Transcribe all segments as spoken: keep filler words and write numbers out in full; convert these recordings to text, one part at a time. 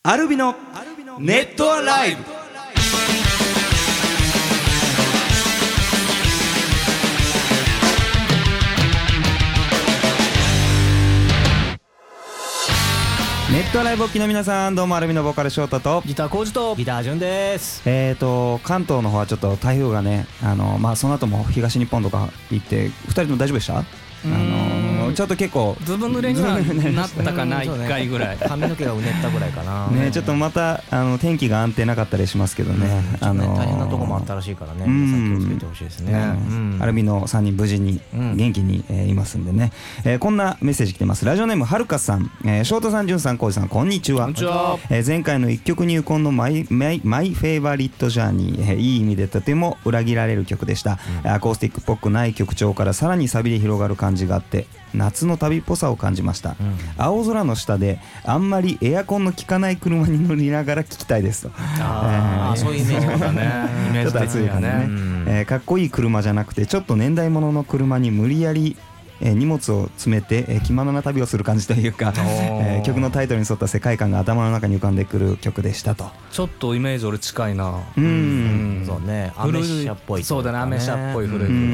アルビのネットアライブ。ネットアライブお聞きの皆さん、どうもアルビのボーカルショートとギターコウジとギタージュンです。 えーと関東の方はちょっと台風がね、あのまあその後も東日本とか行ってふたりとも大丈夫でした？あのちょっと結構ずぶ濡れにはなったかな、いっかいぐらい髪の毛がうねったぐらいかなね。ちょっとまたあの天気が安定なかったりしますけどね、 うん、あの大変なとこもあったらしいからね、皆さん気をつけてほしいですね。 アルビのさんにん無事に元気に、えー、いますんでね、えー、こんなメッセージ来てます。ラジオネームはるかさん、えー、ショートさん、ジュンさん、コウジさん、こんにちは。 こんにちは。 えー、前回の一曲入魂のマイマイマイフェイバリットジャーニー、えー、いい意味でとても裏切られる曲でした、うん、アコースティックっぽくない曲調からさらにサビで広がる感じがあって夏の旅っぽさを感じました、うん、青空の下であんまりエアコンの効かない車に乗りながら聴きたいですと。 あ、えー、そういうイメージだね。イメージ的にはね、 ね、うん、えー、かっこいい車じゃなくてちょっと年代物の車に無理やりえー、荷物を詰めて、えー、気ままな旅をする感じというか、えー、曲のタイトルに沿った世界観が頭の中に浮かんでくる曲でしたと。 ちょっとイメージ俺近いな。 うん、うん、 そうね、アメ車っぽい、ね、 そうだね、アメ車っぽい古い車、うん、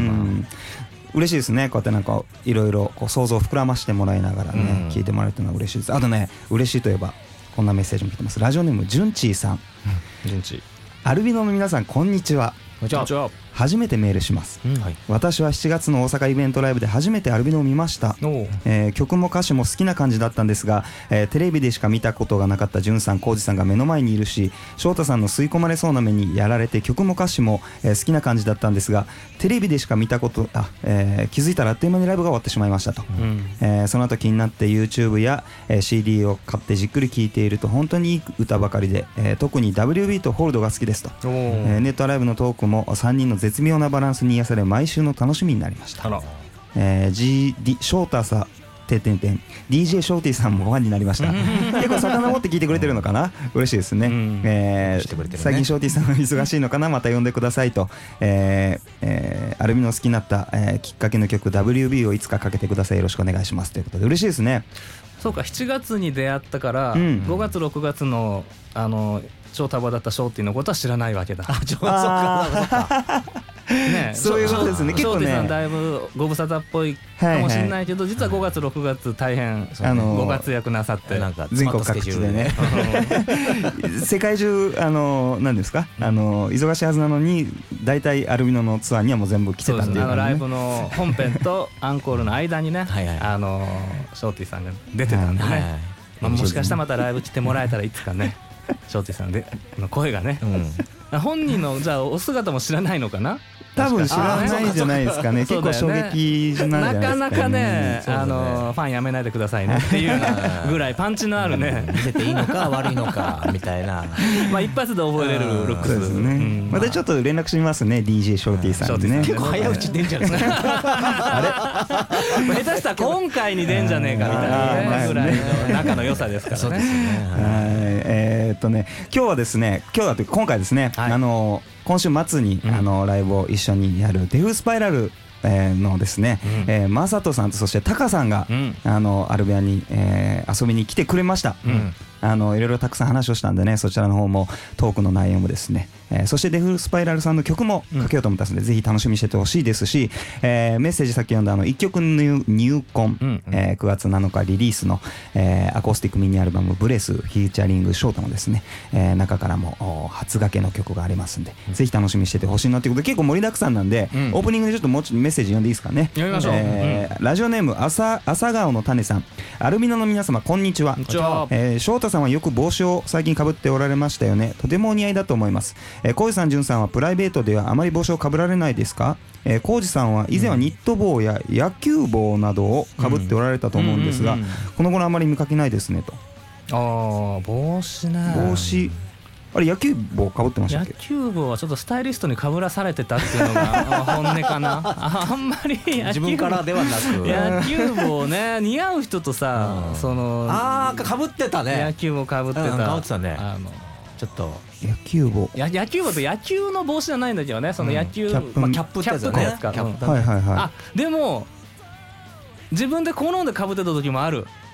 嬉しいですね。こうやってなんかいろいろ想像を膨らましてもらいながらね、聴、うん、いてもらえるというのは嬉しいです。あとね、嬉しいといえばこんなメッセージも来てます。ラジオネームジュンチーさん、 ジュンチー、 アルビノの皆さん、こんにちは。 こんにちは。 初めてメールします、うん、はい、私はしちがつの大阪イベントライブで初めてアルビノを見ました、えー、曲も歌詞も好きな感じだったんですが、えー、テレビでしか見たことがなかったジュンさん、コウジさんが目の前にいるし、翔太さんの吸い込まれそうな目にやられて曲も歌詞も、えー、好きな感じだったんですが、テレビでしか見たことあ、えー、気づいたらあっという間にライブが終わってしまいましたと、うん、えー、その後気になって YouTube や、えー、シーディー を買ってじっくり聴いていると本当にいい歌ばかりで、えー、特に ダブリュービー とホールドが好きですと、えー、ネットライブのトークもさんにんの絶妙なバランスに癒され毎週の楽しみになりました。あら、えー、ジーディー ショーターさんてんてんてん ディージェー ショーティーさんもファンになりました結構遡って聞いてくれてるのかな、嬉しいですね、うん、えーね、最近ショーティーさんは忙しいのかな、また呼んでくださいと、えーえー、アルビの好きになった、えー、きっかけの曲 ダブリュービー をいつかかけてください、よろしくお願いしますということで嬉しいですね。 そうか、しちがつに出会ったから、うん、ごがつろくがつのあの超多忙だったショーティーのことは知らないわけだ。あ、そうかそうかね、 そういうことですね。 結構ね、ショーティーさんだいぶご無沙汰っぽいかもしれないけど、はいはい、実はごがつろくがつ大変、あのー、ご活躍なさって、 なんか全国各地でね世界中、あのー、何ですか、あのー、忙しいはずなのに大体アルビノのツアーにはもう全部来てたっていう、ね、 あのライブの本編とアンコールの間にねはい、はい、あのー、ショーティーさんが出てたんでね、はいはい、まあ、もしかしたらまたライブ来てもらえたらいつかねショーティーさんでの声がね、うん、本人のじゃあお姿も知らないのかな、 多分知らないんじゃないですかね。結構衝撃じゃないですかね。なかなかね、 あのファンやめないでくださいねっていうぐらいパンチのあるね、 見せていいのか悪いのかみたいなまあ一発で覚えれるルックスですね、うん、 またちょっと連絡しますね、 ディージェー ショーティーさんにね。 結構早打ち出んじゃないですかあれ下手したら今回に出んじゃねえかみたいな、ね、ぐらいの仲の良さですからね。 えーっとね今日はですね、今日だと今回ですね、はい、あの今週末に、うん、あのライブを一緒にやるデフスパイラルえー、のですね、うん、えー、マサトさんとそしてタカさんが、うん、あのアルビアに、えー、遊びに来てくれました、うん、あのいろいろたくさん話をしたんでね、そちらの方もトークの内容もですね、えー、そしてデフスパイラルさんの曲もかけようと思ったので、うん、ぜひ楽しみにしててほしいですし、えー、メッセージさっき読んだあのいっきょく入入魂、うん、えー、くがつなのかリリースの、えー、アコースティックミニアルバムブレスフィーチャリングショートのですね、えー、中からも初掛けの曲がありますんで、うん、ぜひ楽しみにしててほしいなということで、結構盛りだくさんなんで、うん、オープニングでちょっともうちょっとメッセージ読んでいいですかね。 読みましょう、 えーうん、ラジオネーム朝朝顔の種さん、アルビノの皆様こんにちは。 こんにちは。 えー、翔太さんはよく帽子を最近被っておられましたよね。とてもお似合いだと思います。えー、コウジさん、ジュンさんはプライベートではあまり帽子を被られないですか？えー、コウジさんは以前はニット帽や野球帽などを被っておられたと思うんですが、この頃あまり見かけないですねと。 ああ、帽子ね。 帽子、あれ野球帽かぶってましたっけ？ 野球帽はちょっとスタイリストにかぶらされてたっていうのが本音かな。あ, あんまり野球自分からではなく野球帽ね、似合う人とさ、うん、そのあーかぶってたね、 野球帽かぶってた、 うん、かぶってたね、 あのちょっと野球帽、 や野球帽と野球の帽子じゃないんだけどね、その野球、 うん、キャップ、 まあ、キャップってやつだね、 キャップ、 はいはいはい。 あ、でも自分で好んでかぶってた時もある。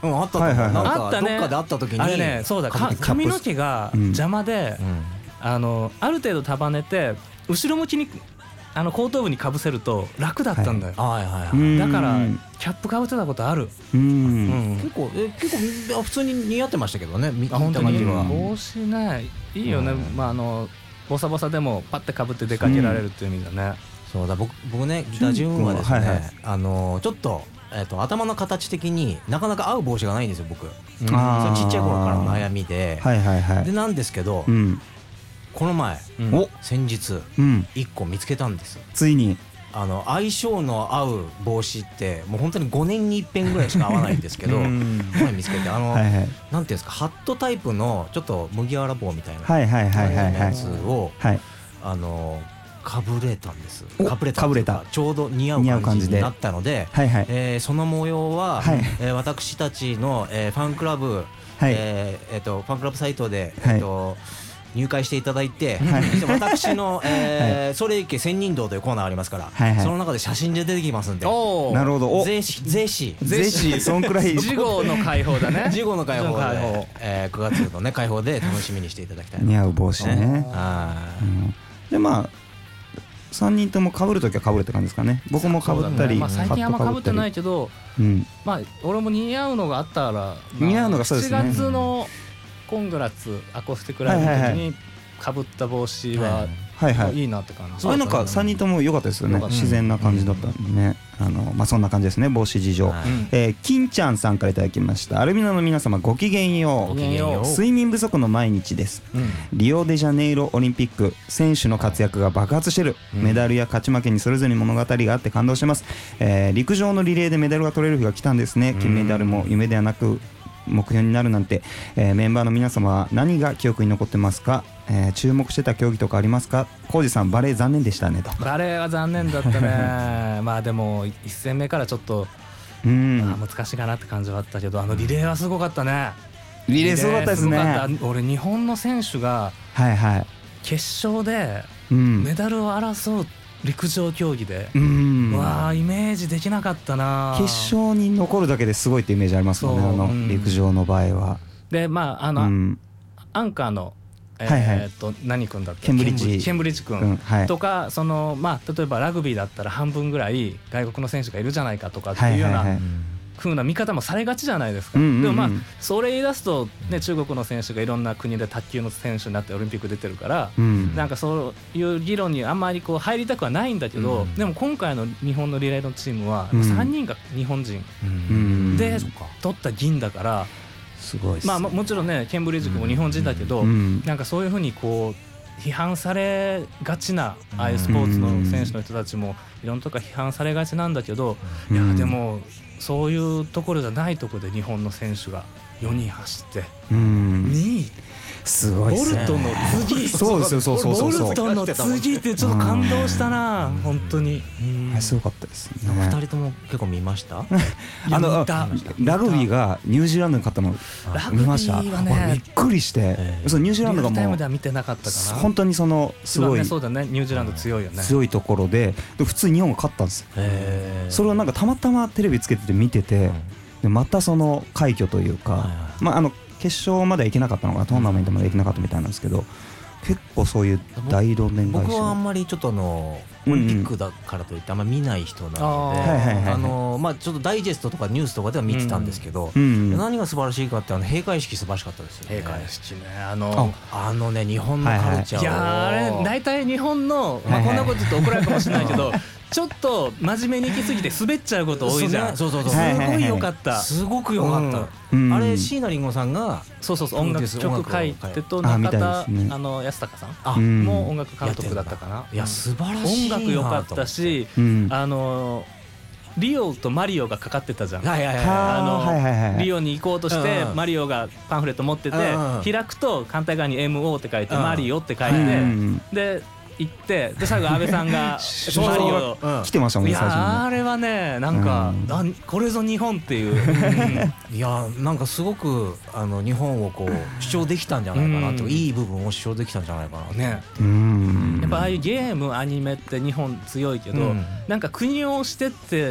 うんあったと思う、 はいはいはいなんあったねかどっかで会った時にあれねそうだか髪の毛が邪魔で、 うんあのある程度束ねて後ろ向きにあの後頭部にかぶせると楽だったんだよ、 はいはいはい、 うんだからキャップかぶってたことある、 うん、 うん結構え結構普通に似合ってましたけどね、見たあ本当に感じは。 帽子ねいいよね、 うんまああのボサボサでもパッてかぶって出かけられるっていう意味だね、 そうだ、僕僕ねギタジュンはですね、 はいはいあのちょっとえっと頭の形的になかなか合う帽子がないんですよ僕。 うんあーそれちっちゃい頃からの悩みで、 はいはいはいでなんですけど、 うんこの前、 うんお先日うんいっこ見つけたんです。 ついにあの相性の合う帽子ってもう本当にごねんにいっぺんぐらいしか合わないんですけど、 うんこれ見つけて、あの、 はいはいなんていうんですか、ハットタイプのちょっと麦わら帽みたいなはいはいはいはいはやいつをはいあのかぶれたんです。 おかぶれたかぶれたっていうかちょうど似合似合うう感じで感じになったので、 はいはいえーその模様は、 はいえー私たちの、えーファンクラブ、 はいえーえーとファンクラブサイトで、 はいえーと入会していただいて、 はいそして私の、えーそれいけ千人道というコーナーがありますから、 はいはいその中で写真で出てきますんで、 おーなるほどおぜひぜひぜひそんくらい次号の解放だね次号の開放次号の開放で、えーくがつのね開放で楽しみにしていただきたいな似合う帽子ねはうんでまあさんにんとも被るときは被るって感じですかね。僕も被ったり、 まあ、最近あんま被ってないいけど、 うんまあ俺も似合うのがあったら、まあ似合うのがそうですねしちがつのコングラッツアコースティックライブの時にかぶった帽子ははいはいいいなって感じ。 あれなんかさんにんとも良かったですよね。 良かった自然な感じだったんでね。あのまあそんな感じですね。帽子事情。 はいえー金ちゃんさんからいただきました。アルミナの皆様ごきげんよう。 ごきげんよう睡眠不足の毎日です。 うんリオデジャネイロオリンピック選手の活躍が爆発してる、 うんメダルや勝ち負けにそれぞれに物語があって感動してます、えー陸上のリレーでメダルが取れる日が来たんですね。金メダルも夢ではなく目標になるなんて、えーメンバーの皆様は何が記憶に残ってますか、えー注目してた競技とかありますか。浩二さんバレー残念でしたねと。 バレーは残念だったねまあでもいち戦目からちょっと、 うんまあ、難しいかなって感じはあったけど、あのリレーはすごかったね。 リレーすごかったですね。 リレーすごかった。俺日本の選手がはいはい、 決勝でうんメダルを争う陸上競技で、 うんわあイメージできなかったな。 決勝に残るだけですごいってイメージありますもんね。 そうあのうん陸上の場合は、 でまああの、 うんアンカーのえはいはいーっと何君だったケンブリッジケンブリッジ君、 うんはいとかそのまあ例えばラグビーだったら半分ぐらい外国の選手がいるじゃないかとかってはいいうようなはいはい風な見方もされがちじゃないですか。 うんうんうんでもまあそれ言い出すとね、中国の選手がいろんな国で卓球の選手になってオリンピック出てるから、 うんなんかそういう議論にあんまりこう入りたくはないんだけど、 うんでも今回の日本のリレーのチームはうんさんにんが日本人うんでそっか取った銀だから、 すごいっすね。 まあももちろんねケンブリッジ君も日本人だけど、 うんなんかそういうふうにこう批判されがちなああいうスポーツの選手の人たちもいろんなとこ批判されがちなんだけど、いやでもそういうところじゃないところで日本の選手がよにん走ってうんにい、 すごいっすね。 ボルトの次そうですよそうそうそうそうボルトの次ってちょっと感動したな、 うん本当に。 あれすごかったですね。 ふたりとも結構見ましたあの見たラグビーがニュージーランドに勝ったのラグビ見ました。 ーはね俺びっくりして、 ええそうニュージーランドがリアルタイもうムでは見てなかったかな。 本当にそのすごい一番ねそうだね、ニュージーランド強いよね。 強いところで、で普通に日本が勝ったんですよ。 へーそれをなんかたまたまテレビつけてて見てて、でまたその快挙というか、 はいはいまああの決勝までは行けなかったのかトーナメントまで行けなかったみたいなんですけど、結構そういう大どんでん返し僕はあをんまりちょっとあのうんうんオリンピックだからといってあんま見ない人なので、 あーはいはいはいあのまあちょっとダイジェストとかニュースとかでは見てたんですけど、 うん何が素晴らしいかってあの閉会式素晴らしかったですよね。 閉会式ね、あのあのね日本のカルチャーを、 いやーあれ大体日本の、まあ、 はいはいこんなこと言って怒られるかもしれないけどちょっと真面目に行き過ぎて滑っちゃうこと多いじゃん。 そうそうそうすはいはいはいごい良かった。 すごく良かった、 うんあれ椎名林檎さんがそうそうそう、音楽曲書いてとあみたい中田ですねあの安高さんあ、 うんも音楽監督だったかな。 いや素晴らしいな音楽良かったし、 うんあのリオとマリオがかかってたじゃん。 はいはいはいはあのはいはいはいリオに行こうとしてうんマリオがパンフレット持っててうんうん開くと反対側に エムオー って書いてうんマリオって書いうんてうんで行ってで最後安倍さんがそうマリオうん来てましたもんいね最初にやあれはねなんかうんあこれぞ日本っていういやなんかすごくあの日本をこう主張できたんじゃないかなと、 うんいい部分を主張できたんじゃないかなとね。 うんやっぱああいうゲームアニメって日本強いけど、 うんなんか国をしてって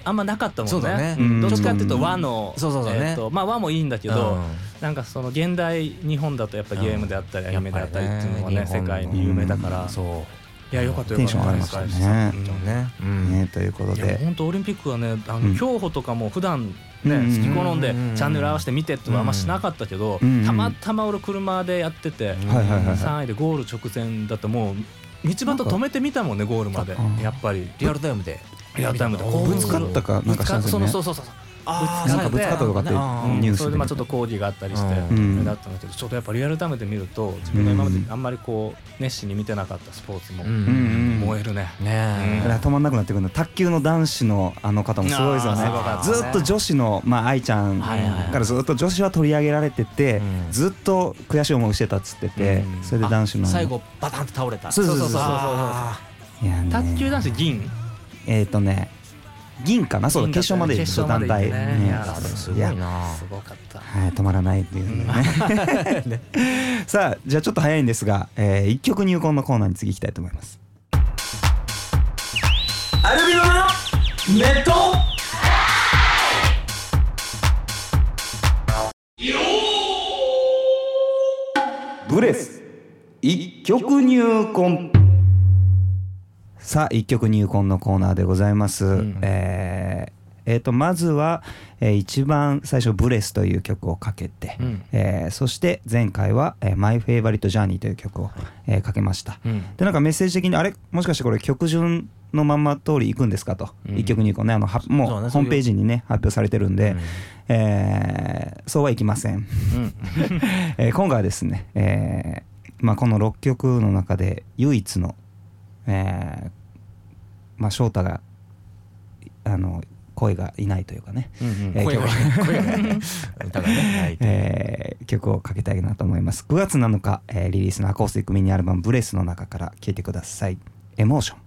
あんまなかったもんね。 そうだね、 どっちかっていうと和の、 そうそうそうね、 えーとまあ、和もいいんだけど、 うん、 なんかその現代日本だとやっぱゲームであったりアニメであったりっていうのはね、世界に有名だから、そういやよかったよかった、 テンション上がりましたね。ねということで本当オリンピックはね、あの競歩とかも普段ね好き好んでチャンネル合わせて見てってのはあんましなかったけど、たまたま俺車でやっててさんいでゴール直前だともう道端止めてみたもんね、ゴールまで。やっぱりリアルタイムでリアルタイムでぶつかったかなんかしたんですよね。 そうそうそうそう、 なんかぶつかったとかってニュースで、 それでまあちょっと抗議があったりしてあれだったんだけど、ちょっとやっぱリアルタイムで見ると自分が今まであんまりこう熱心に見てなかったスポーツも燃えるね。 止まんなくなってくるの。卓球の男子のあの方もすごいですよね。ずっと女子のまあ愛ちゃんからずっと女子は取り上げられてて、ずっと悔しい思いしてたっつってて、それで男子の最後バタンと倒れた。 そうそうそうそう。卓球男子銀、 えっとね銀かな、そうだ、決勝まで行く団体、 いやすごいな、すごかった、 はい、止まらないっていうのね。さあじゃあちょっと早いんですが、えー、一曲入魂のコーナーに次行きたいと思います。 アルビノのネットブレス一曲入魂。さあ一曲入魂のコーナーでございます。うん、えーえー、とまずは、えー、一番最初ブレスという曲をかけて、うん、えー、そして前回は、えー、マイフェイバリットジャーニーという曲を、えー、かけました。うん、でなんかメッセージ的にあれもしかしてこれ曲順のまんま通りいくんですかと、うん、一曲入魂ね、あのはもうホームページにね発表されてるんで、うん、えー、そうはいきません。うんえー、今回はですね、えーまあ、このろっきょくの中で唯一の、えーまあ、翔太があの声がいないというかね、曲をかけたいなと思います。くがつなのか、えー、リリースのアコースティックミニアルバムブレスの中から聴いてください。エモーション。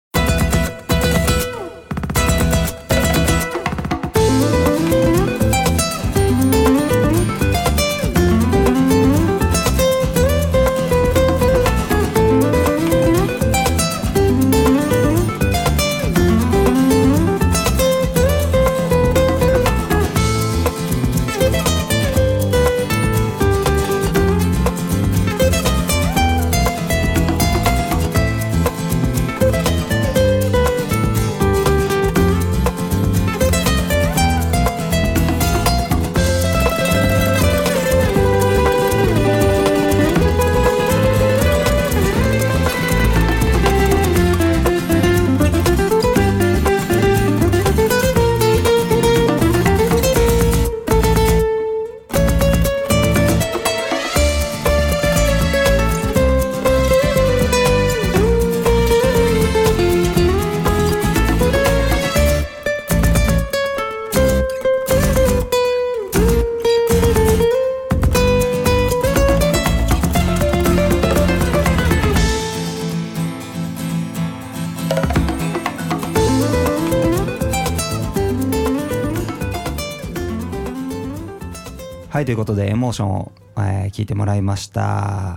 はい、ということでエモーションを、えー、聞いてもらいました。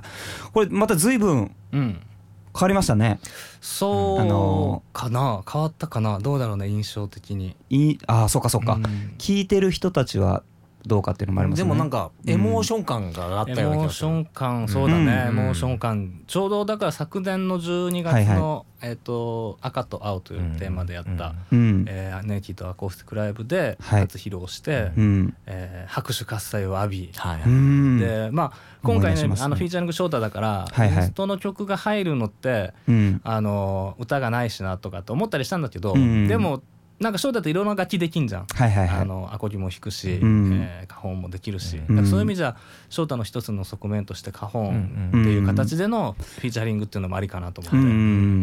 これまた随分変わりましたね。 そう、あのー、かな変わったかな、どうだろうね、印象的に。いああそうかそうか、うん、聞いてる人たちはどうかっていうのもありますね。 でもなんかエモーション感が上がったような気がする。 エモーション感、そうだね、うん、エモーション感、ちょうどだから昨年のじゅうにがつの、はいはい、えー、と赤と青というテーマでやった、うん、えー、ネイキッドアコースティックライブで初披露して、はい、えー、拍手喝采を浴び、はい、でまあ今回 ね, ねあのフィーチャリングショータだから、はいはい、インストの曲が入るのって、うん、あの歌がないしなとかって思ったりしたんだけど、うん、でもなんかショータっていろんな楽器できんじゃん、はいはいはい、あのアコギも弾くし、うん、えー、カホンもできるし、うん、そういう意味じゃショータの一つの側面としてカホンっていう形でのフィーチャリングっていうのもありかなと思って、うんうん、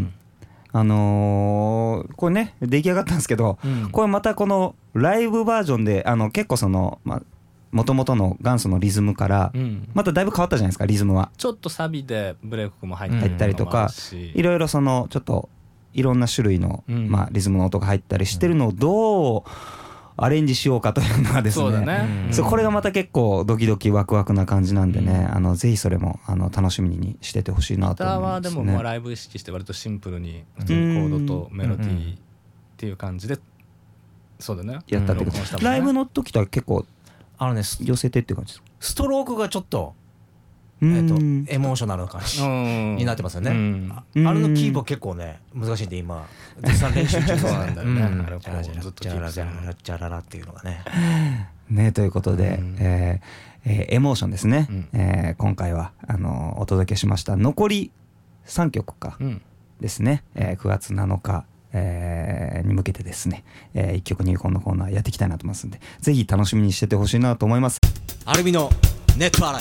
あのー、これね出来上がったんですけど、うん、これまたこのライブバージョンであの結構その、まあ元々の元祖のリズムからまただいぶ変わったじゃないですか、リズムは。 ちょっとサビでブレイクも入ったりとか、いろいろそのちょっといろんな種類の、まあ、リズムの音が入ったりしてるのをどうアレンジしようかというのがですね、そうだね、そうこれがまた結構ドキドキワクワクな感じなんでね、あのぜひそれもあの楽しみにしててほしいなと思いますね。 ギターはでもライブ意識して割とシンプルに普通にコードとメロディーっていう感じでそうだねやったってこと、うん、ライブの時とは結構あのね寄せてっていう感じですか。 ストロークがちょっとえー、とエモーショナルな感じになってますよね、うん、あ, あれのキープは結構ね難しいんで今実際練習中なんだよね、うん、あれをこうずっとキープしてるジャララっていうのがねねということで、うんえーえー、エモーションですね、うんえー、今回はあのー、お届けしました残りさんきょくかですね、うんえー、くがつなのかえー、に向けてですね、えー、いっきょく入魂のコーナーやっていきたいなと思いますんでぜひ楽しみにしててほしいなと思います。 アルミのネット洗い。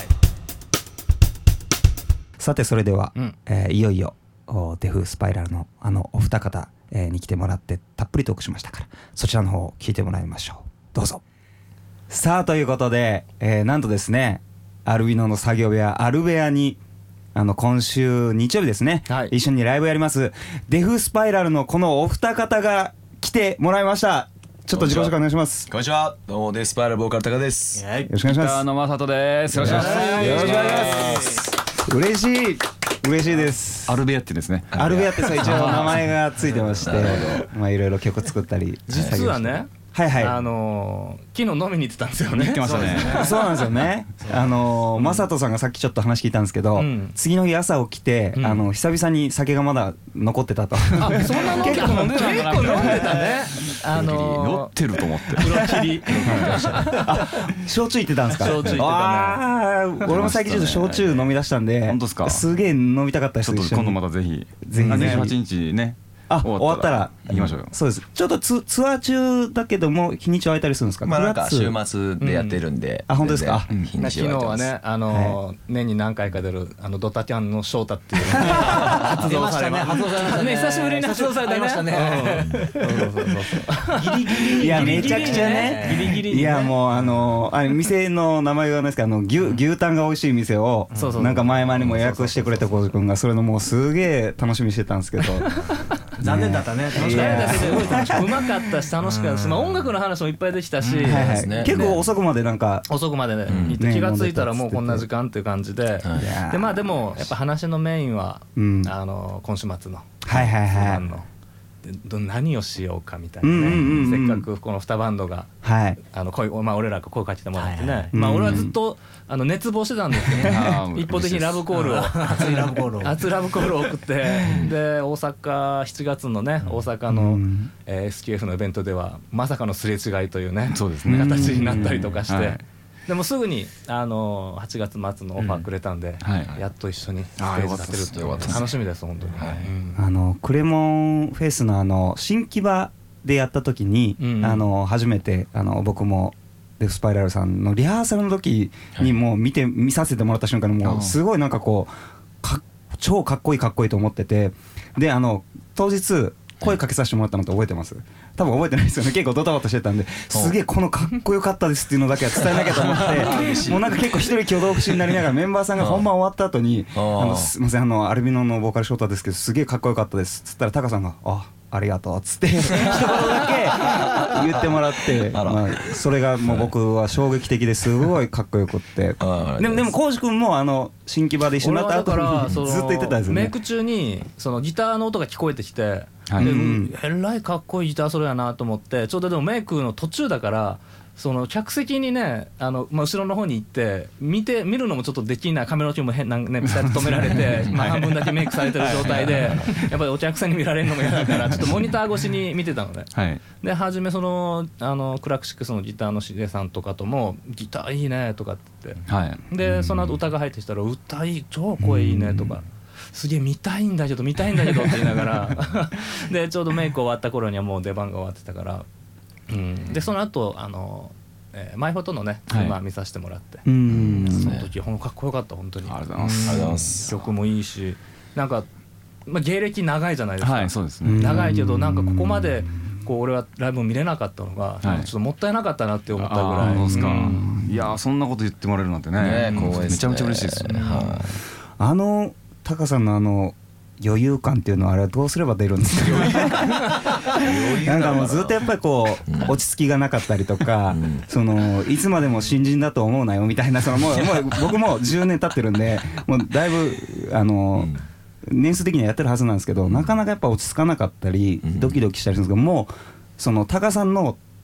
さてそれでは、うんえー、いよいよデフスパイラルのあのお二方、えー、に来てもらってたっぷりトークしましたからそちらの方を聞いてもらいましょう。どうぞ。さあということで、えー、なんとですねアルビノの作業部屋アルベアにあの今週日曜日ですね、はい、一緒にライブやりますデフスパイラルのこのお二方が来てもらいました。ちょっと自己紹介お願いします。 こんにちは。どうもデフスパイラルボーカルタカです。 よろしくお願いします。 ギターのマサトです。よろしくお願いします。 よろしくお願いします。嬉しい嬉しいです。 アルベアってですね。 アルベアってさ一応名前がついてましてまあいろいろ曲作ったり実はねはいはいあのー、昨日飲みに行ってたんですよね。 行ってましたね。 そうなんですよね。あのー、マサトさんがさっきちょっと話聞いたんですけど、うん、次の日朝起きて、うん、あの久々に酒がまだ残ってたと。あ、 そんな飲んでた。結構飲んでたね。結構飲んでたね。あのー、酔ってると思って。 黒霧。 あ、焼酎行ってたんですか。 焼酎行ってたね。 ああ、俺も最近ちょっと焼酎飲み出したんで。 本当ですか。 すげえ飲みたかったです。 ちょっと今度またぜひ。 ぜひね。 にじゅうはちにちね。 あ、終わったら行きましょうよ。 そうです。ちょっと ツ, ツアー中だけども日にちは空いたりするんですか。 まあなんか週末でやってるんで、 うん、あ本当ですか。 うん、日にちは昨日はねあのーはい、年に何回か出るあのドタキャンの翔太っていう発動されましたね。発動されましたね。久しぶりに発動されたましたね。ギリギリいやめちゃくちゃね。ギリギリいやもうあのあれ店の名前がないですけどあの牛牛タンが美味しい店をなんか前々にも予約してくれた小路君がそれのもうすげえ楽しみにしてたんですけど。 残念だったね。楽しかったです。うまかったし楽しかったし、まあ音楽の話もいっぱいできたし、 結構遅くまでなんか遅くまでね気がついたらもうこんな時間っていう感じで、でまあでもやっぱ話のメインはあの今週末のはいはいはい何をしようかみたいなね。せっかくこのにバンドがあの声まあ俺らが声かけてもらってね、まあ俺はずっとあの熱望してたんですよね。一方的にラブコールを熱いラブコールを熱いラブコールを送ってで大阪しちがつのね大阪の エスキューエフ のイベントではまさかのすれ違いというね形になったりとかしてでもすぐにあのはちがつ末のオファーくれたんでやっと一緒にステージ立てるという楽しみです本当に。 あのクレモンフェスのあの新木場でやった時にあの初めてあの僕もデフスパイラルさんのリハーサルの時にもう見て見させてもらった瞬間にもうすごいなんかこうか超かっこいいかっこいいと思っててであの当日声かけさせてもらったのって覚えてます？多分覚えてないですよね。結構ドタバタしてたんですげえこのかっこよかったですっていうのだけは伝えなきゃと思ってもうなんか結構一人挙動不審になりながらメンバーさんが本番終わった後にあのすいませんあのアルビノのボーカルショータですけどすげえかっこよかったですっつったらタカさんがあありがとうっつって一言だけ言ってもらってまあそれがもう僕は衝撃的ですごいかっこよくってでもでも浩司君もあの新木場で一緒になった後にずっと言ってたんですよね。 メイク中にそのギターの音が聞こえてきてはい、でえらいかっこいいギターソロやなと思ってちょうどでもメイクの途中だからその客席にねあの、まあ、後ろの方に行って見て見るのもちょっとできないカメラ中も変なねピタッと止められてまあ半分だけメイクされてる状態でやっぱりお客さんに見られるのも嫌だからちょっとモニター越しに見てたのね、はい、で初めそのあのクラクシックスのギターのしげさんとかともギターいいねとかって言って、はい、でその後歌が入ってきたら歌いい超声いいねとかすげえ見たいんだけど見たいんだけどって言いながらでちょうどメイク終わった頃にはもう出番が終わってたから、うん、でその後あの、えー、マイフォトのね車見させてもらって、はい、うんその時ほんかっこよかった本当に。 ありがとうございます。 曲もいいしなんか、まあ、芸歴長いじゃないですか、 はい、そうですね、 長いけどなんかここまでこう俺はライブ見れなかったのが、はい、ちょっともったいなかったなって思ったぐらい。 ですか、うん、いやそんなこと言ってもらえるなんて ね, ね, ねめちゃめちゃ嬉しいですよね、はい、あのタカさんのあの余裕感っていうのはあれはどうすれば出るんですか？なんかもうずっとやっぱりこう落ち着きがなかったりとか、うん、そのいつまでも新人だと思うなよみたいなそのもうもう僕もじゅうねん経ってるんでもうだいぶあの年数的にはやってるはずなんですけどなかなかやっぱ落ち着かなかったりドキドキしたりするんですけどもうそのタカさんの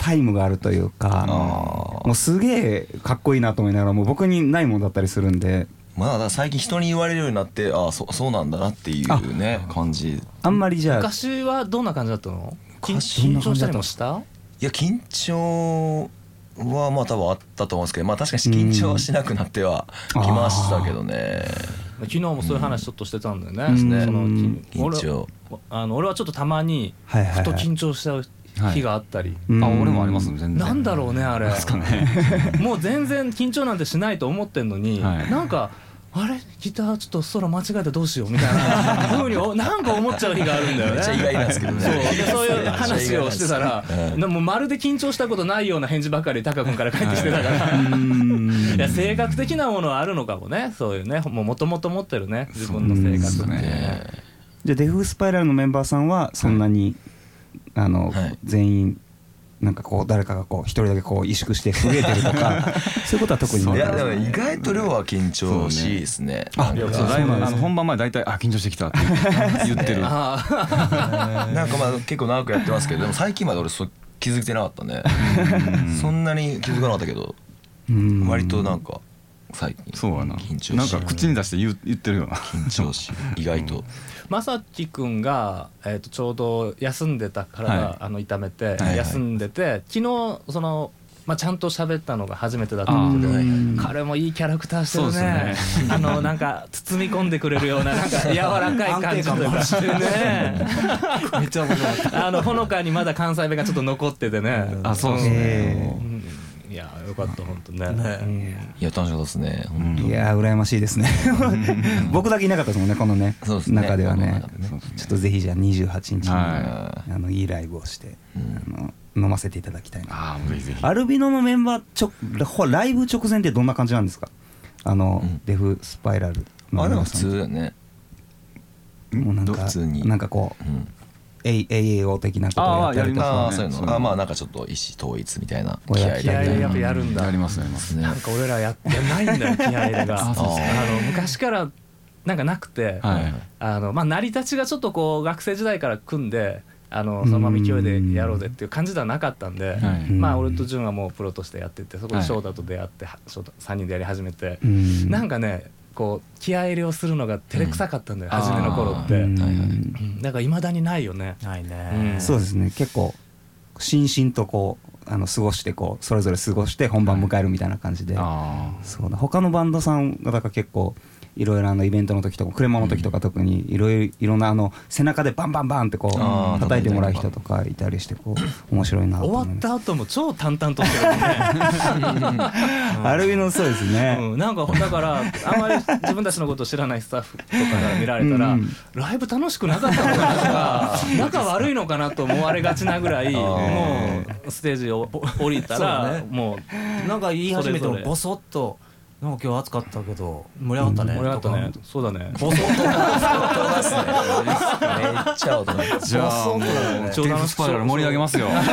タイムがあるというか、もうすげえかっこいいなと思いながら、もう僕にないものだったりするんで。 まあだから最近人に言われるようになって、ああ そ, そうなんだなっていうね感じ。 あんまりじゃあ昔はどんな感じだったの？緊張したりもした？ いや緊張はまあ多分あったと思うんですけど、まあ確かに緊張はしなくなってはきましたけどね。 昨日もそういう話ちょっとしてたんだよね。 うん、 その緊張俺あの俺はちょっとたまにふと緊張しちゃう日があったり、 はいはい、あ俺もありますね全然。 なんだろうねあれ。ね、もう全然緊張なんてしないと思ってんのに、はい、なんかあれギターちょっとソロ間違えたらどうしようみたいなふうになんか思っちゃう日があるんだよね。 めっちゃ意外なんですけどね。そうでそういう話をしてたら、うん、もうまるで緊張したことないような返事ばかりタカ君から返ってきてたから、はい、いや性格的なものはあるのかもね。そういうねもともと持ってるね自分の性格って、ね、 じゃあデフスパイラルのメンバーさんはそんなに、はい、あの、はい、全員なんかこう誰かがこう一人だけこう萎縮して震えてるとかそういうことは特にない。 いやでも意外と量は緊張しいですね。 あ、本番前大体あ緊張してきたって言ってる。なんかまあ結構長くやってますけど、でも最近まで俺そ気づいてなかったね。そんなに気づかなかったけど、割となんか最近そうやな緊張しなんか口に出して 言, 言ってるような緊張し意外と。 まさきくんが、えー、とちょうど休んでたから、はい、あの痛めて、はい、休んでて、はいはい、昨日その、まあ、ちゃんと喋ったのが初めてだったんだけど、彼もいいキャラクターしてる ね, ねあのなんか包み込んでくれるようななんか柔らかい感じというかしてねめっちゃ面白かった。あのほのかにまだ関西弁がちょっと残っててね。 あそうですね、うん、 いやよかった本当ね。ね、うん、 いや楽しかったですね本当。 いや羨ましいですね僕だけいなかったですもんねこの ね, ね中では ね, ねちょっとぜひじゃあにじゅうはちにちに、はい、あのいいライブをして、うん、あの飲ませていただきたいな。 あぜひぜひ。 アルビノのメンバーちょライブ直前ってどんな感じなんですか？あの、うん、デフスパイラルのあでも普通だね。 もうなんか普通になんかこう、うん、エーエーオー 的なことをやったりとか。 あそういうの。あまあなんかちょっと意思統一みたいな気合いやっぱやるんだ。 やりますね。 なんか俺らやってないんだよ気合いが。あの昔からなんかなくて、はい、あのまあ成り立ちがちょっとこう学生時代から組んで。あのそのまま勢いでやろうぜっていう感じではなかったんで、はい、まあ俺と潤はもうプロとしてやってて、そこで翔太と出会って、はい、さんにんでやり始めて、なんかねこう気合入れをするのが照れくさかったんだよ、うん、初めの頃って。だからいまだにないよね。 ないね、 うん、そうですね。結構しんしんとこうあの過ごしてこうそれぞれ過ごして本番迎えるみたいな感じで、はい、そうだ他のバンドさんがだから結構いろいろあのイベントの時とか車の時とか特にいろいろいろんなあの背中でバンバンバンってこう叩いてもらう人とかいたりしてこう面白いなと思います。 終わった後も超淡々としてるよねアルビノそうですね、 うん、なんかだからあんまり自分たちのことを知らないスタッフとかから見られたらうん、ライブ楽しくなかったのかなとか仲悪いのかなと思われがちなぐらいもうステージを降りたら、ね、もうなんか言い始めてもボソッとなんか今日暑かったけど盛り上がったね、うん、 盛り上がったね。そうだね。 ボソッと音出すね。めっちゃ音出す。 じゃあもうデフスパイラル盛り上げますよ。イエー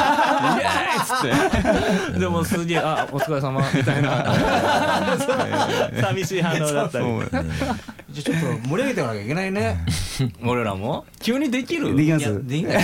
イっつって。 でもすげえあお疲れ様みたいな寂しい反応だったり。 じゃちょっと盛り上げていかなきゃいけないね。 俺らも急にできる？ できます。 できない。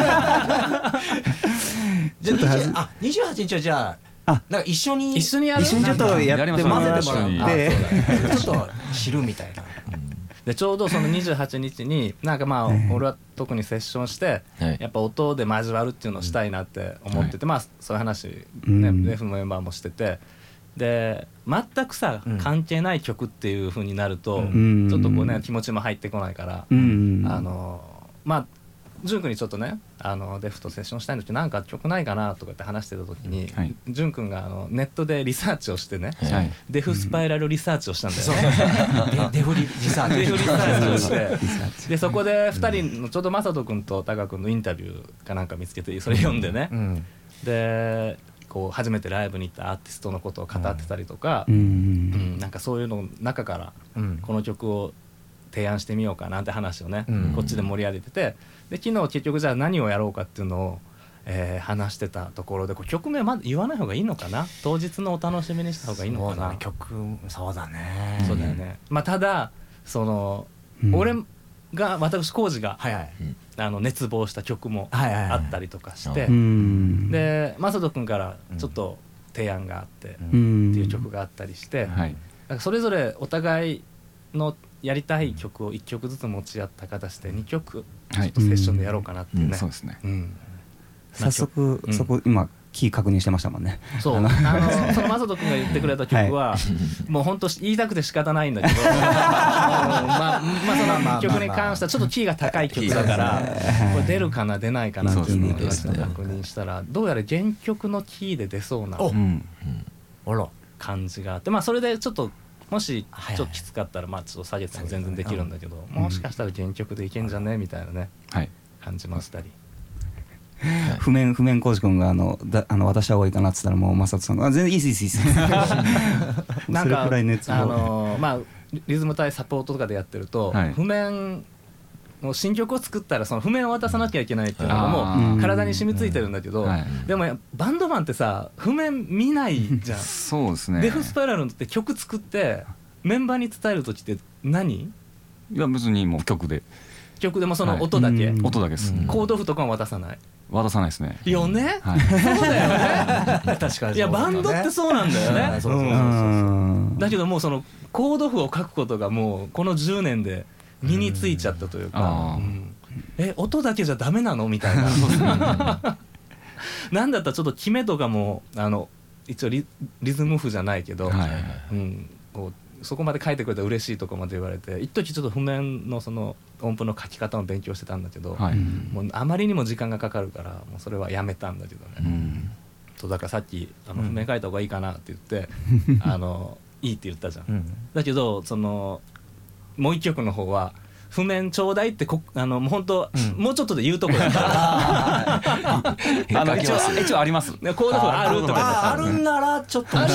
じゃあにじゅうはちにちはじゃあ。あなんか一緒に一緒にやる一緒にちょっとやってもらってちょっと知るみたいな。 でちょうどそのにじゅうはちにちになんかまあ俺は特にセッションしてやっぱ音で交わるっていうのをしたいなって思ってて、まあそういう話ねデフのメンバーもしてて、で全くさ関係ない曲っていう風になるとちょっとこうね気持ちも入ってこないから、あのまあ潤君にちょっとねあのデフとセッションしたいんだけどなんか曲ないかなとかって話してた時に、はい、潤君があのネットでリサーチをしてね、はい、デフスパイラルリサーチをしたんだよね。 デフリサーチデフリサーチをしてでそこでふたりのちょうど正人君とタカ君のインタビューかなんか見つけてそれ読んでね、うん、でこう初めてライブに行ったアーティストのことを語ってたりとか、うんうん、なんかそういうの中からこの曲を提案してみようかなんて話をね、うん、こっちで盛り上げてて、で昨日結局じゃあ何をやろうかっていうのを、えー、話してたところでこう曲名まだ言わない方がいいのかな、当日のお楽しみにした方がいいのかな。 そうだね、曲そうだねそうだよね、まあ、ただその、うん、俺が私浩二が、はいはい、あの熱望した曲もあったりとかして、はいはいはい、で正人君からちょっと提案があって、うん、っていう曲があったりして、うん、だからそれぞれお互いのやりたい曲をいっきょくずつ持ち合った形でにきょくちょっとセッションでやろうかなってね、うんうん、そうですね、うん、 早速、うん、そこ今キー確認してましたもんね。 そうあのその正人君が言ってくれた曲は、はい、もう本当言いたくて仕方ないんだけどまあ、まあその曲に関してはちょっとキーが高い曲だからこれ出るかな出ないかなっていうのを確認したらどうやら原曲のキーで出そうな感じがあって、まあそれでちょっともしちょっときつかったらまあちょっと下げても全然できるんだけど、もしかしたら原曲でいけんじゃねみたいなね感じましたり。 譜面譜面浩二君があのだあの私は多いかなっつったらもう正人さんがあ全然いいですいいですいいですなんかあのまあリズム隊サポートとかでやってると、はい、譜面の新曲を作ったらその譜面を渡さなきゃいけないっていうのがもう体に染みついてるんだけど、はい、でもバンドマンってさ譜面見ないじゃんそうですね。 デフスパイラルって曲作ってメンバーに伝える時って何？ いや別にもう曲で曲でもその音だけ、はい、 音だけです、ね、 コード譜とかも渡さない渡さないですね。 よね、はい、そうだよね確かに、ね、いやバンドってそうなんだよね。そうそうそうそうだけどもうそのコード譜を書くことがもうこのじゅうねんで身についちゃったというか、うん、え音だけじゃダメなのみたいななんだったらちょっと決めとかもあの一応 リ, リズム譜じゃないけど、はいうん、こうそこまで書いてくれたら嬉しいとかまで言われて一時ちょっと譜面のその音符の書き方を勉強してたんだけど、はい、もうあまりにも時間がかかるからもうそれはやめたんだけどね、うん、そうだからさっきあの譜面書いた方がいいかなって言って、うん、あのいいって言ったじゃん、うん、だけどそのもう一曲の方は譜面ちょうだいってこあのもう本当、うん、もうちょっとで言うとこだからあの一応一応あります。 コード譜あるとかあるんならちょっとア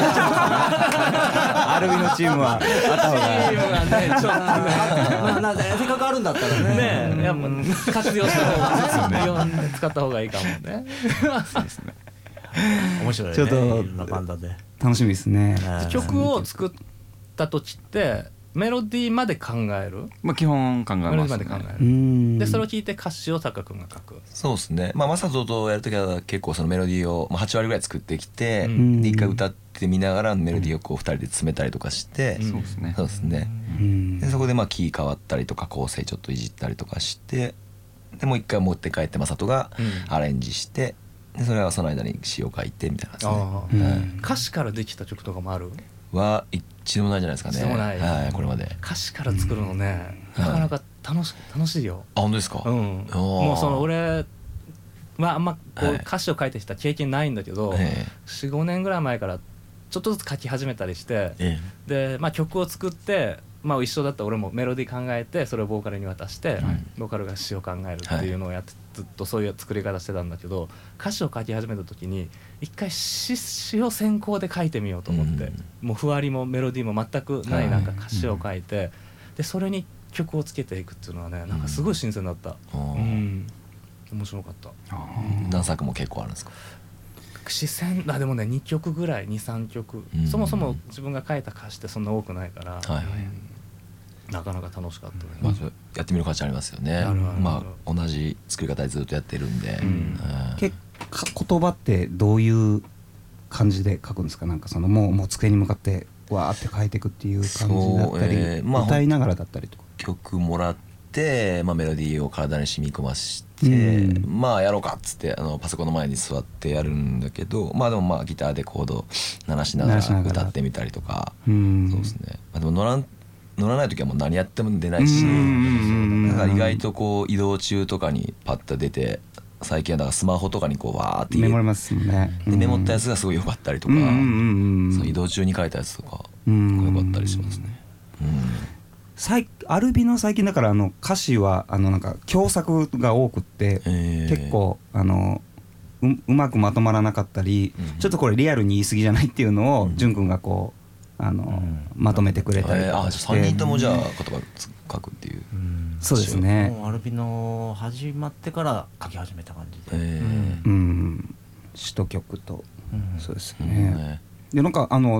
ルビのチームはあった方がチームがねちょっとねまあなんでせっかくあるんだったらねねやっぱ活用した方が使った方がいいかもね。そうですね。 面白いね。 ちょっといろんなバンドで楽しみですね。 曲を作った時ってメロディーまで考える？ まあ基本考えますね。メロディーまで考える。でそれを聞いて歌詞をタカ君が書く。 そうですね。まあ正人とやるときは結構そのメロディーをまあはち割ぐらい作ってきて、うん、で一回歌ってみながらメロディーをこうふたりで詰めたりとかして、うん、そうですね。そうですね。でそこでまあキー変わったりとか構成ちょっといじったりとかして、でもう一回持って帰って正人がアレンジして、でそれはその間に詩を書いてみたいなですね。 あ、うん、歌詞からできた曲とかもある？ は一度もないじゃないですかね。 一度もない、 はい、これまで歌詞から作るのね、うん、なかなか楽し楽しいよ。 あ、本当ですか？ うん、もうその俺はあんまこう歌詞を書いてきた経験ないんだけど、はい、よん、ごねんぐらい前からちょっとずつ書き始めたりして、ええ、で、まあ、曲を作って、まあ、一緒だったら俺もメロディー考えてそれをボーカルに渡して、はい、ボーカルが詩を考えるっていうのをやって、はい、ずっとそういう作り方してたんだけど、歌詞を書き始めた時に一回詩、詩を先行で書いてみようと思って、うん、もうふわりもメロディーも全くないなんか歌詞を書いて、はい、でそれに曲をつけていくっていうのはね、なんかすごい新鮮だった、うんうん、面白かった。 何作も結構あるんですか？ 詩選あでもねにきょくぐらい にさんきょく、うん、そもそも自分が書いた歌詞ってそんな多くないから、はいはい、なかなか楽しかったね、 まあ、やってみる価値ありますよね。まあ、同じ作り方でずっとやってるんで、うん、 結構言葉ってどういう感じで書くんですか？なんかそのもう、もう机に向かってわーって書いていくっていう感じだったり、えーまあ、歌いながらだったりとか曲もらって、まあ、メロディーを体に染み込まして、うん、まあやろうかっつってあのパソコンの前に座ってやるんだけど、まあでもまあギターでコード鳴らしながら歌ってみたりとか、うん、そうですね。まあ、でも乗らん乗らない時はもう何やっても出ないし、だから意外とこう移動中とかにパッと出て、最近はだからスマホとかにこうわーってメモりますもんね、 でメモったやつがすごい良かったりとか、うんうんうん、その移動中に書いたやつとか良かったりしますね。うん、 アルビの最近だからあの歌詞はあのなんか共作が多くって、えー、結構あの う, うまくまとまらなかったり、うん、ちょっとこれリアルに言い過ぎじゃないっていうのを、うん、淳君がこうあの、うん、まとめてくれたりとかして、 えー、あさんにんともじゃあ言葉書くっていう、うん、 そうですね。 もうアルビの始まってから書き始めた感じで、 えーうん、詩と曲と、うん、そうですね、うん、でなんかあの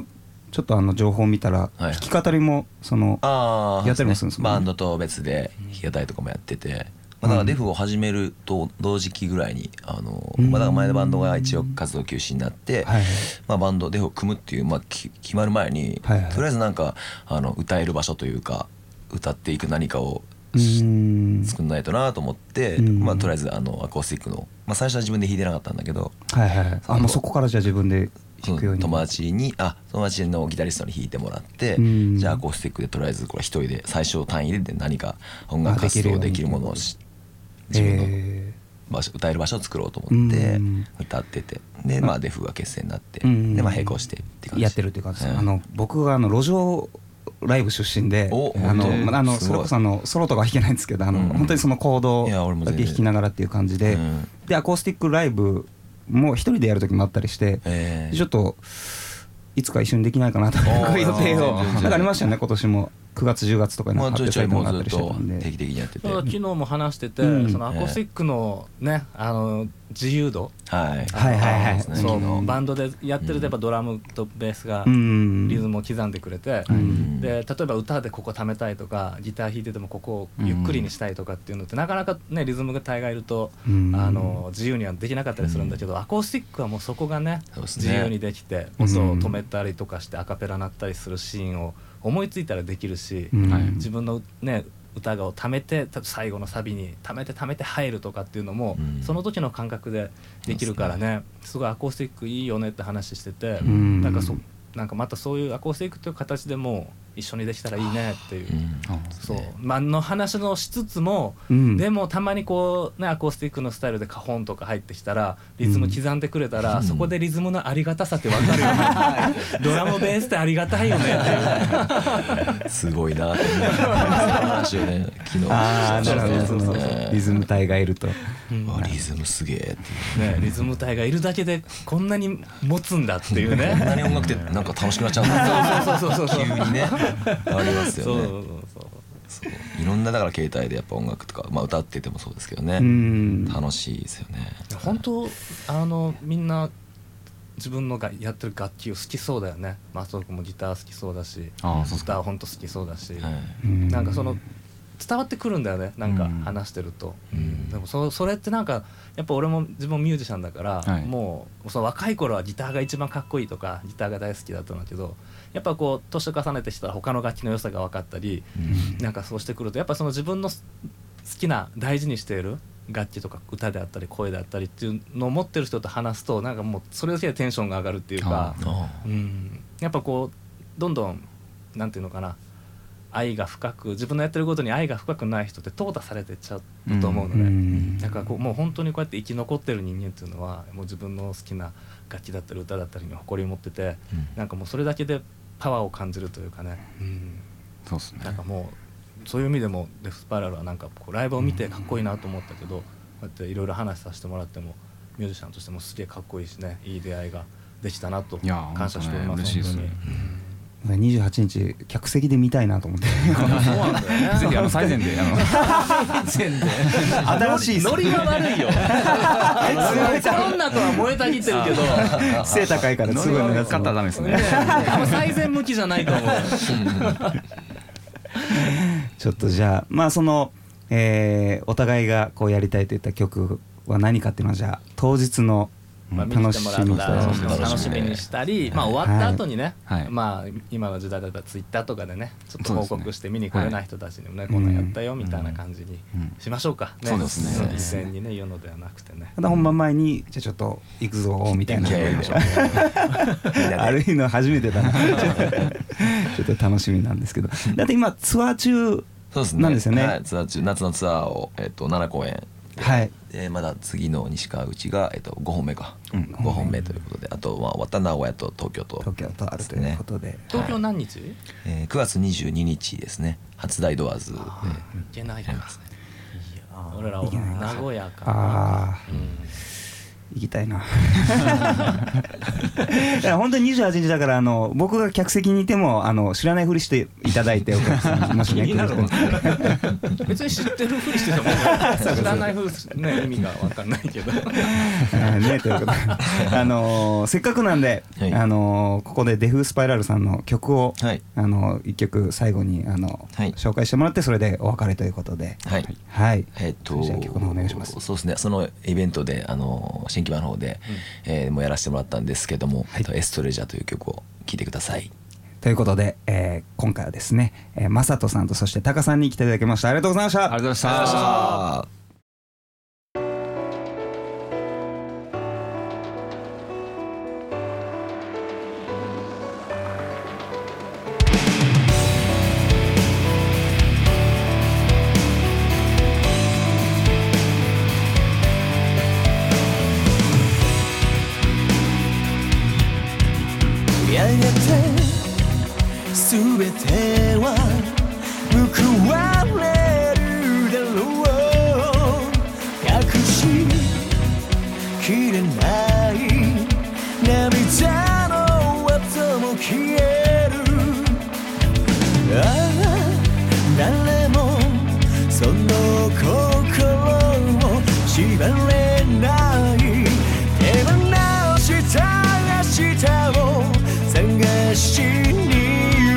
ちょっとあの情報を見たら弾き語りもそのやったりもするんですもんね。 バンドと別で弾き語りとかもやってて、まあ、だからデフを始めると同時期ぐらいにあの、まあ、だから前のバンドが一応活動休止になって、まあ、バンドデフを組むっていう、まあ、決まる前にとりあえずなんかあの歌える場所というか歌っていく何かを作んないとなと思って、まあ、とりあえずあのアコースティックの、まあ、最初は自分で弾いてなかったんだけど、 はいはい、あもうそこからじゃあ自分で弾くように友達にあ友達のギタリストに弾いてもらって、じゃあアコースティックでとりあえずこれ一人で最小単位で何か音楽活動できるものを自分の場所歌える場所を作ろうと思って歌ってて、でまあデフが結成になって、でまあ並行してって感じやってるっていう感じです。あの僕があの路上ライブ出身で、あのあのそれこそあのソロとか弾けないんですけど、あの本当にそのコードだけ弾きながらっていう感じで、でアコースティックライブもう一人でやる時もあったりして、ちょっといつか一緒にできないかなという予定をなんかありましたよね。今年もくがつじゅうがつとかに発表されたのがあったりしてたんで、 定期的にやってて、 昨日も話してて、そのアコースティックのねあの自由度、 はいはいはいはい、 そうバンドでやってるとやっぱドラムとベースがリズムを刻んでくれて、で例えば歌でここためたいとかギター弾いててもここをゆっくりにしたいとかっていうのってなかなかねリズムが大概いるとあの自由にはできなかったりするんだけど、アコースティックはもうそこがね自由にできて、音を止めたりとかしてアカペラ鳴ったりするシーンを思いついたらできるし、自分のね歌をためて最後のサビにためてためて入るとかっていうのも、その時の感覚でできるからね、すごいアコースティックいいよねって話してて、なんかそなんかまたそういうアコースティックという形でも一緒にできたらいいねっていう、そうまあの話のしつつも、でもたまにこうねアコースティックのスタイルでカホンとか入ってきたらリズム刻んでくれたら、そこでリズムのありがたさって分かるよねドラムベースってありがたいよねっていうすごいなって話をね昨日ああなるほど、そのリズム隊がいると、 リズムすげえっていうね、リズム隊がいるだけでこんなに持つんだっていうねこんなに音楽ってなんか楽しくなっちゃうんだそうそうそうそう急にねありますよね。そうそうそういろんなだから携帯でやっぱ音楽とか、まあ、歌っててもそうですけどね、楽しいですよね。 本当あのみんな自分のがやってる楽器を好きそうだよね。松尾君もギター好きそうだし、ギター本当好きそうだし、はい、なんかその伝わってくるんだよね、なんか話してると、うん、でも そ, それってなんかやっぱ俺も自分もミュージシャンだから、はい、もうその若い頃はギターが一番かっこいいとかギターが大好きだったんだけど、やっぱこう年を重ねてきたら他の楽器の良さが分かったり、うん、なんかそうしてくるとやっぱその自分の好きな大事にしている楽器とか歌であったり声であったりっていうのを持ってる人と話すとなんかもうそれだけでテンションが上がるっていうか、うん、やっぱこうどんどんなんていうのかな、愛が深く自分のやってることに愛が深くない人って淘汰されてっちゃうと思うので、うん、なんかこうもう本当にこうやって生き残ってる人間っていうのはもう自分の好きな楽器だったり歌だったりに誇りを持ってて、うん、なんかもうそれだけでパワーを感じるというかね、うん、 そうですね。 なんかもうそういう意味でもデフスパイラルはなんかこうライブを見てかっこいいなと思ったけど、こうやっていろいろ話させてもらってもミュージシャンとしてもすげえかっこいいしね、いい出会いができたなと感謝しております。 嬉しいですね。 にじゅうはちにち客席で見たいなと思ってそうなんだよね。 ぜひあの最前であの最前で新しいノリは悪いよコロナとは燃えたぎってるけど背高いからすごい目立つ使ったらダメですね。 最前向きじゃないと思うちょっとじゃあまあその、えー、お互いがこうやりたいといった曲は何かっていうのはじゃあ当日のまあ、見に来てもらったら楽しみにしたり、まあ、終わった後にね、はい、まあ、今の時代だったらツイッターとかでねちょっと報告して見に来れない人たちにもね、こんなんやったよみたいな感じにしましょうか、ね、 そうですね。 一斉にね言うのではなくてね、 ただ本番前にじゃあちょっと行くぞみたいなあるいの初めてだなちょっと楽しみなんですけど、だって今ツアー中なんですよね。 はい、ツアー中夏のツアーを、えっと、ななこえん、はい、でまだ次の西川口が、えっと、ごほんめか、うん、ごほんめということで、あとは終わった名古屋と東京と、 東京とあるということで、 東京何日、 えー、くがつにじゅうににちですね、初大ドアーズで。いけないからね。俺ら名古屋かあ、 行きたいな。いや本当ににじゅうはちにちだから、あの僕が客席にいてもあの知らないふりしていただいて、お客さんもしね別に知ってるふりしてても知らないふりね意味が分かんないけどねということで、あのー、せっかくなんで、はい、あのー、ここでデフスパイラルさんの曲を、はい、あのー、いっきょく最後にあの、はい、紹介してもらって、それでお別れということで、はい、はい、 えー、っとじゃあ曲の方お願いします。 そうですね、そのイベントであの新規版の方で、うん、えー、もうやらせてもらったんですけども、はい、エストレジャーという曲を聴いてください。 ということで、えー、今回はですね、えー、マサトさんとそしてタカさんに来ていただきました。ありがとうございました。 ありがとうございました。 すべては報われるだろう。隠しきれない涙の跡も消える。ああ、誰もその心を縛れない。手放した明日を探しに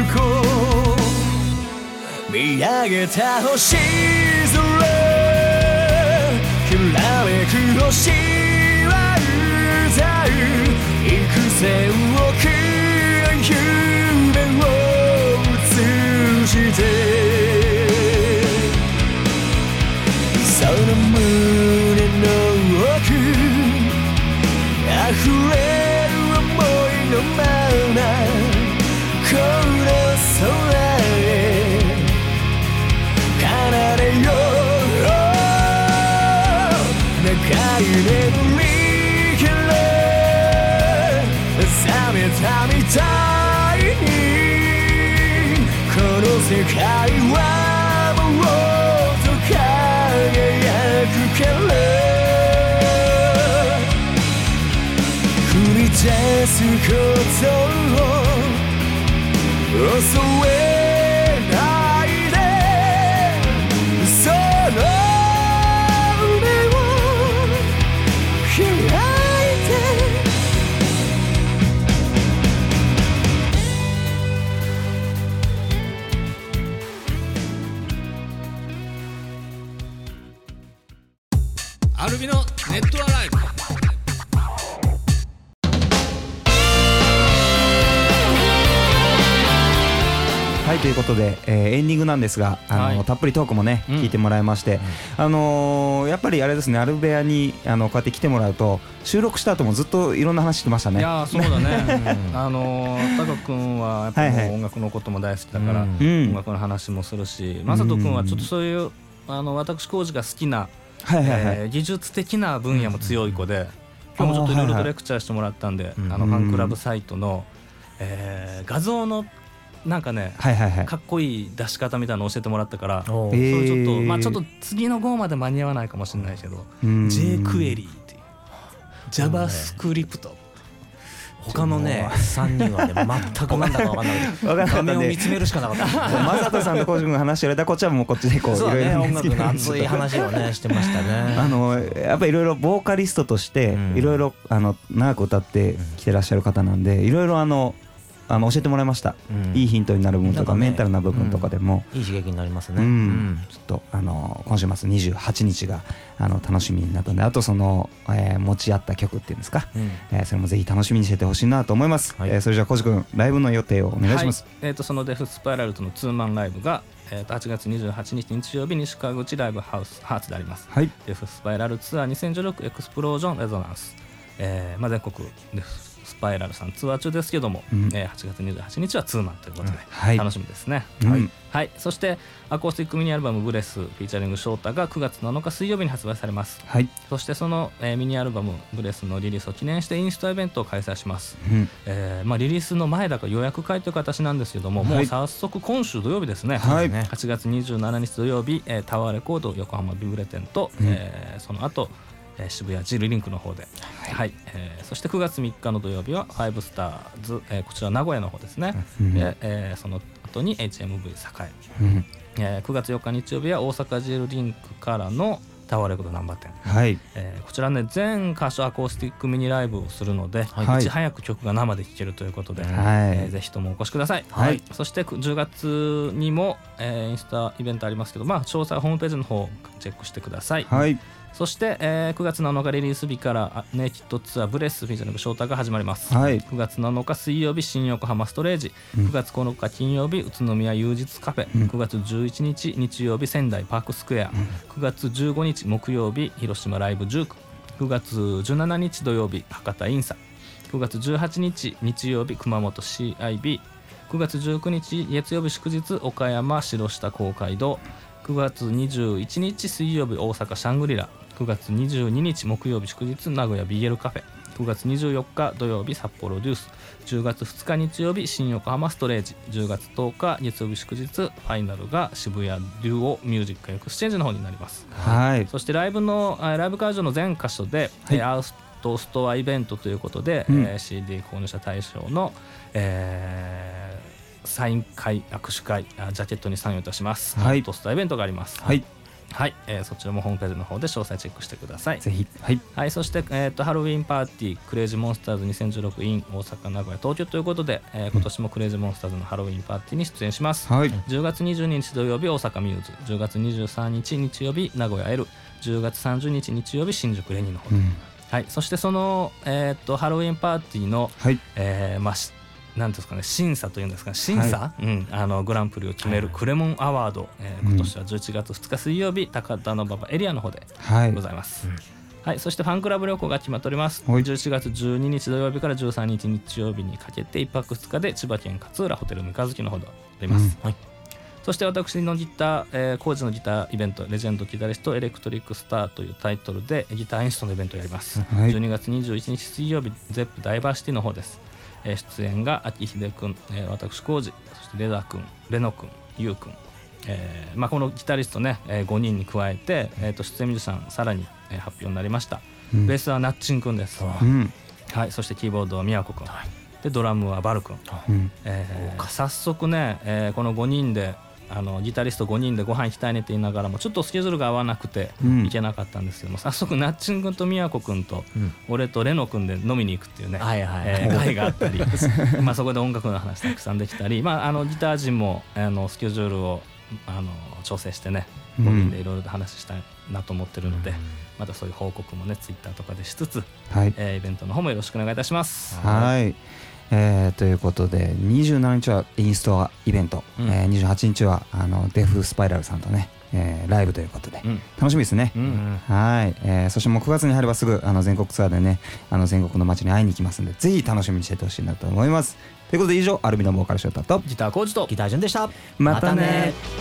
見上げた星空、きらめく星は歌う。幾千億の夢を通じて、その胸の奥溢れる想いのまま、この空へ奏でよう。長い眠りから覚めたみたいに、この世界はもっと輝くから、踏み出すことを恐れないで、その目を開いて。 アルビのネットアライブ。 はい、ということで、えー、エンディングなんですが、あのーはい、たっぷりトークもね、うん、聞いてもらいまして、うん、あのー、やっぱりあれですね、アルベアにあのこうやって来てもらうと、収録した後もずっといろんな話してましたね。 いやそうだね、うん、あのー、タカ君はやっぱもう音楽のことも大好きだから、はいはい、音楽の話もするし、マサト君はちょっとそういうあの私浩二が好きな、はいはいはい、えー、技術的な分野も強い子で、今日もちょっといろいろとレクチャーしてもらったんで、あのファンクラブサイトの、えー、画像のなんかね、はいはいはい、かっこいい出し方みたいなの教えてもらったから、そういうちょっと、まあちょっと次の号まで間に合わないかもしれないけど、J クエリーっていう JavaScript、 他のねさんにんはね全くなんだか分かんない画面を見つめるしかなかった。 マサトさんとコウジ君が話してる間、こっちはもうこっちでこういろいろ音楽の熱い話をねしてましたね。 あのやっぱりいろいろボーカリストとしていろいろあの長く歌ってきてらっしゃる方なんで、いろいろあのあの教えてもらいました、うん、いいヒントになる部分とか、ね、メンタルな部分とかでも、 うん、いい刺激になりますね、 うんうん、ちょっとあの今週末にじゅうはちにちがあの楽しみになったので、あとその、えー、持ち合った曲っていうんですか、うん、えー、それもぜひ楽しみにしててほしいなと思います、はい、えー、それじゃあコウジ君ライブの予定をお願いします。 はい、えー、とそのデフスパイラルとのツーマンライブが、えー、とはちがつにじゅうはちにち日曜日西川口ライブハウスハーツであります、はい、デフスパイラルツアーにせんじゅうろくエクスプロージョンレゾナンス、えーまあ、全国デフスパイラルさんツアー中ですけども、うん、えー、はちがつにじゅうはちにちはツーマンということで、はい、楽しみですね、うん、はいはい、そしてアコースティックミニアルバムブレスフィーチャリングショータがくがつなのか水曜日に発売されます、はい、そしてその、えー、ミニアルバムブレスのリリースを記念してインストイベントを開催します、うん、えーまあ、リリースの前だから予約会という形なんですけども、はい、もう早速今週土曜日ですね、はい、はちがつにじゅうしちにち土曜日、えー、タワーレコード横浜ビブレ店と、うん、えー、その後えー、渋谷ジルリンクの方で、はいはい、えー、そしてくがつみっかの土曜日はファイブスターズ、えー、こちら名古屋の方ですね、うん、でえー、その後に エイチエムブイ 栄、うん、えー、くがつよっか日曜日は大阪ジルリンクからのタワーレコード難波店、はい、えー、こちらね全箇所アコースティックミニライブをするので、はい、いち早く曲が生で聴けるということで、はい、えー、ぜひともお越しください、はい、そしてじゅうがつにも、えー、インスタイベントありますけど、まあ、詳細はホームページの方チェックしてください、はい、そして、えー、くがつなのかリリース日からネイキッドツアーブレスフィーチャリングショーターが始まります、はい、くがつなのか水曜日新横浜ストレージ、うん、くがつここのか金曜日宇都宮休日カフェ、うん、くがつじゅういちにち日曜日仙台パークスクエア、うん、くがつじゅうごにち木曜日広島ライブじゅうく、くがつじゅうしちにち土曜日博多インサ、くがつじゅうはちにち日曜日熊本 シーアイビー、くがつじゅうくにち月曜日祝日岡山白下公会堂、くがつにじゅういちにち水曜日大阪シャングリラ、くがつにじゅうににち木曜日祝日名古屋 ビーエル カフェ、くがつにじゅうよっか土曜日札幌デュース、じゅうがつふつか日曜日新横浜ストレージ、じゅうがつとおか月曜日祝日ファイナルが渋谷デュオミュージックエクスチェンジの方になります、はい、そしてライブのライブ会場の全箇所で、はい、アウトストアイベントということで、うん、えー、シーディー 購入者対象の、えー、サイン会握手会ジャケットに参与いたします、はい、アウトストアイベントがあります、はい、はい、えー、そちらもホームページの方で詳細チェックしてください。 ぜひ、はい、はい、 そして、えー、とハロウィンパーティークレイジーモンスターズにせんじゅうろく in 大阪名古屋東京ということで、えー、今年もクレイジーモンスターズのハロウィンパーティーに出演します、はい、じゅうがつにじゅうににち土曜日大阪ミューズ、じゅうがつにじゅうさんにち日曜日名古屋 L、 じゅうがつさんじゅうにち日曜日新宿レニーの方で、うん、はい、そしてその、えー、とハロウィンパーティーの、はい、えー、まあなんですかね、審査というんですか、審査、はい、うん、あのグランプリを決めるクレモンアワード、はい、えー、今年はじゅういちがつふつか水曜日、高田馬場エリアの方でございます、はい、うん、はい、そしてファンクラブ旅行が決まっております、はい、じゅういちがつじゅうににち土曜日からじゅうさんにち日曜日にかけていっぱくふつかで千葉県勝浦ホテル三日月の方であります、うん、はい、そして私のギター、えー、工事のギターイベントレジェンドギタリストエレクトリックスターというタイトルでギター演出のイベントをやります、はい、じゅうにがつにじゅういちにち水曜日ゼップダイバーシティの方です。出演が秋秀くん、私浩二、そしてレダくん、レノくん、ユウくん、えーまあ、このギタリストね、ごにんに加えて、えー、と出演ミュージシャンさらに発表になりました、うん、ベースはナッチンくんです、うん、はい、そしてキーボードは宮古くん、はい、でドラムはバルくん、うん、えー、早速ね、えー、このごにんであのギタリストごにんでご飯行きたいねって言いながらもちょっとスケジュールが合わなくて行けなかったんですけども、うん、早速ナッチン君と宮古君と俺とレノ君で飲みに行くっていうね、はいはい、えー、会があったりまあそこで音楽の話たくさんできたり、まあ、あのギター陣もあのスケジュールをあの調整してねごにんでいろいろと話したいなと思ってるので、うん、またそういう報告もねツイッターとかでしつつ、はい、えー、イベントの方もよろしくお願いいたします。 はい、えー、ということでにじゅうしちにちはインストアイベント、うん、えー、にじゅうはちにちはあのデフスパイラルさんとね、えー、ライブということで、うん、楽しみですね、うん、はい、えー、そしてもうくがつに入ればすぐあの全国ツアーでねあの全国の街に会いに行きますのでぜひ楽しみにしててほしいなと思います。ということで以上アルビノボーカルショータとギターコーチとギタージュンでした。 またね。